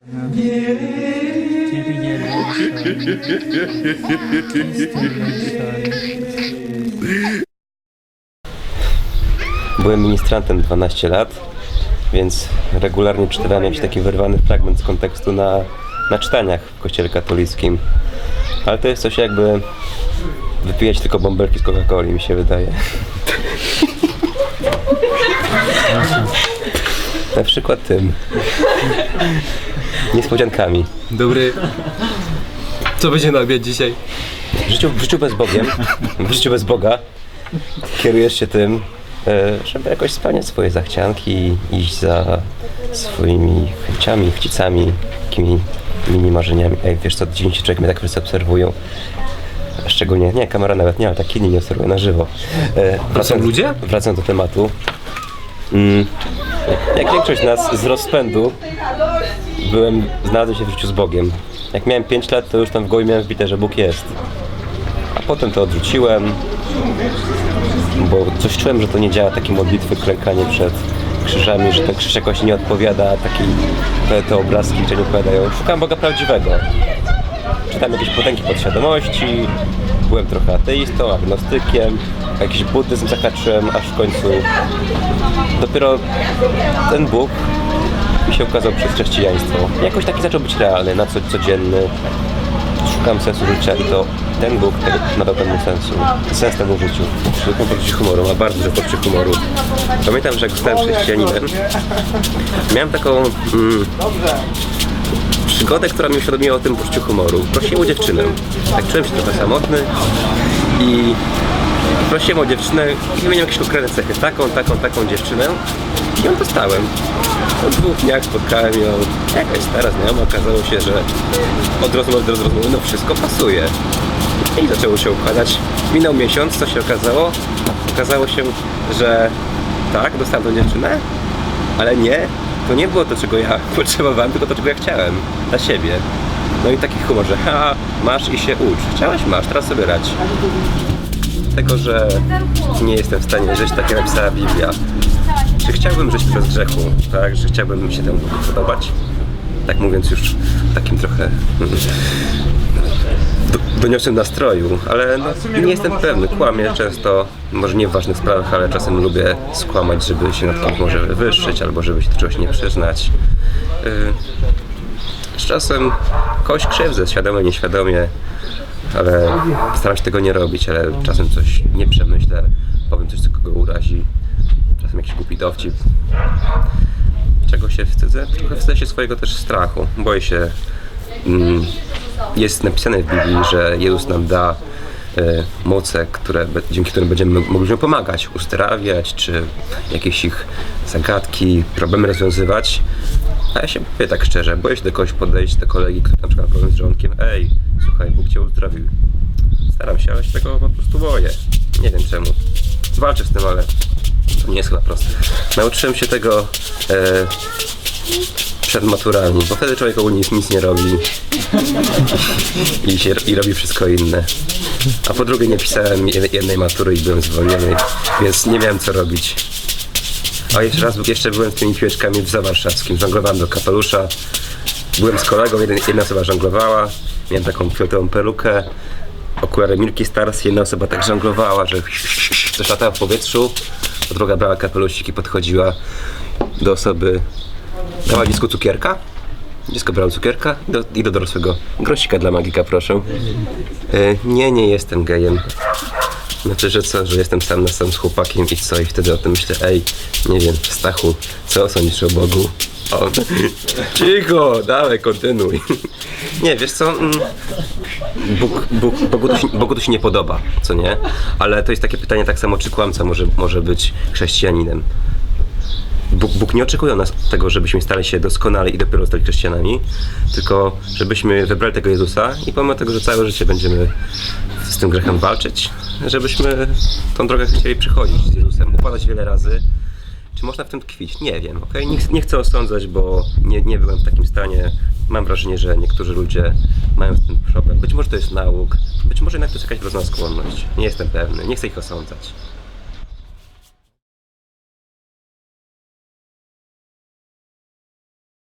Byłem ministrantem 12 lat, więc regularnie czytałem jakiś taki wyrwany fragment z kontekstu na czytaniach w kościele katolickim. Ale to jest coś jakby wypijać tylko bąbelki z Coca-Coli, mi się wydaje. Na przykład tym. Niespodziankami. Dobry. Co będzie na obiad dzisiaj? W życiu bez Bogiem, w życiu bez Boga kierujesz się tym, żeby jakoś spełniać swoje zachcianki, iść za swoimi chęciami, chcicami, takimi mini marzeniami. Ej, wiesz co, dziś człowiek mnie tak wszyscy obserwują. Szczególnie, nie, kamera nawet nie, ale tak inni mnie obserwują na żywo. Wracam do tematu. Jak większość nas z rozpędu znalazłem się w życiu z Bogiem. Jak miałem 5 lat, to już tam w głowie miałem wbite, że Bóg jest. A potem to odrzuciłem, bo coś czułem, że to nie działa, takie modlitwy, klękanie przed krzyżami, że ten krzyż jakoś nie odpowiada, te obrazki, które nie odpowiadają. Szukałem Boga prawdziwego. Czytałem jakieś potęgi podświadomości, byłem trochę ateistą, agnostykiem, jakiś buddyzm zahaczyłem, aż w końcu dopiero ten Bóg mi się ukazał przez chrześcijaństwo. Jakoś taki zaczął być realny, na codzienny. Szukam sensu życia i to ten Bóg nadał temu sens temu życiu. Zwykłym poczucie humoru, ma bardzo dużo poczucie humoru. Pamiętam, że jak zostałem chrześcijaninem, miałem taką przygodę, która mi uświadomiła o tym poczuciu humoru. Prosiłem o dziewczynę. Tak czułem się trochę samotny i prosiłem o dziewczynę i wymieniłem jakieś konkretne cechy. Taką dziewczynę i ją dostałem. Po 2 dniach spotkałem ją, jakaś stara znajoma, okazało się, że od rozmowy do rozmowy, no wszystko pasuje. I zaczęło się układać. Minął miesiąc, co się okazało? Okazało się, że tak, dostałem tą dziewczynę, ale nie, to nie było to, czego ja potrzebowałem, tylko to, czego ja chciałem dla siebie. No i taki humor, że masz i się ucz. Chciałeś, masz, teraz sobie radź. Tego, że nie jestem w stanie żyć, tak jak napisała Biblia. Czy chciałbym żyć bez grzechu, tak? Że chciałbym się temu podobać? Tak mówiąc już w takim trochę doniosłym nastroju, ale no, nie jestem pewny. Kłamię często, może nie w ważnych sprawach, ale czasem lubię skłamać, żeby się nad kimś może wywyższyć, albo żeby się do czegoś nie przyznać. Z czasem kogoś krzywdzę, świadomie, nieświadomie, ale staram się tego nie robić, ale czasem coś nie przemyślę, powiem coś, co kogo urazi. Czasem jakiś głupi dowcip. Czego się wstydzę? Trochę wstydzę się swojego też strachu. Boję się. Jest napisane w Biblii, że Jezus nam da moce, dzięki którym będziemy mogli ludziom pomagać, uzdrawiać, czy jakieś ich zagadki, problemy rozwiązywać. A ja się boję tak szczerze, boję się do kogoś podejść, do kolegi, który na przykład powiem z żołądkiem: ej, słuchaj, Bóg cię uzdrowił. Staram się, ale się tego po prostu boję. Nie wiem czemu. Walczę z tym, ale to nie jest chyba proste. Nauczyłem się tego przedmaturalnie, bo wtedy człowiek ogólnie nic nie robi i robi wszystko inne. A po drugie, nie pisałem jednej matury i byłem zwolniony, więc nie miałem co robić. A jeszcze byłem z tymi piłeczkami w Zawarszawskim, żonglowałem do kapelusza. Byłem z kolegą, jedna osoba żonglowała, miałem taką fioletową perukę, okulary Milky Stars, jedna osoba tak żonglowała, że coś latało w powietrzu, a druga brała kapelusik i podchodziła do osoby, dała dziecku cukierka, dziecko brało cukierka i do dorosłego: grosika dla magika, proszę. Nie jestem gejem. Znaczy, że co, że jestem sam na sam z chłopakiem i co? I wtedy o tym myślę: ej, nie wiem, Stachu, co sądzisz o Bogu? O, cicho, dawaj, kontynuuj. Nie, wiesz co, Bogu to się nie podoba, co nie? Ale to jest takie pytanie tak samo, czy kłamca może być chrześcijaninem. Bóg nie oczekuje od nas tego, żebyśmy stali się doskonali i dopiero stali chrześcijanami, tylko żebyśmy wybrali tego Jezusa i pomimo tego, że całe życie będziemy z tym grzechem walczyć, żebyśmy tą drogę chcieli przychodzić z Jezusem, upadać wiele razy. Czy można w tym tkwić? Nie wiem, okej? Nie chcę osądzać, bo nie byłem w takim stanie. Mam wrażenie, że niektórzy ludzie mają z tym problem. Być może to jest nauk, być może jednak to jest jakaś wrodzona skłonność. Nie jestem pewny, nie chcę ich osądzać.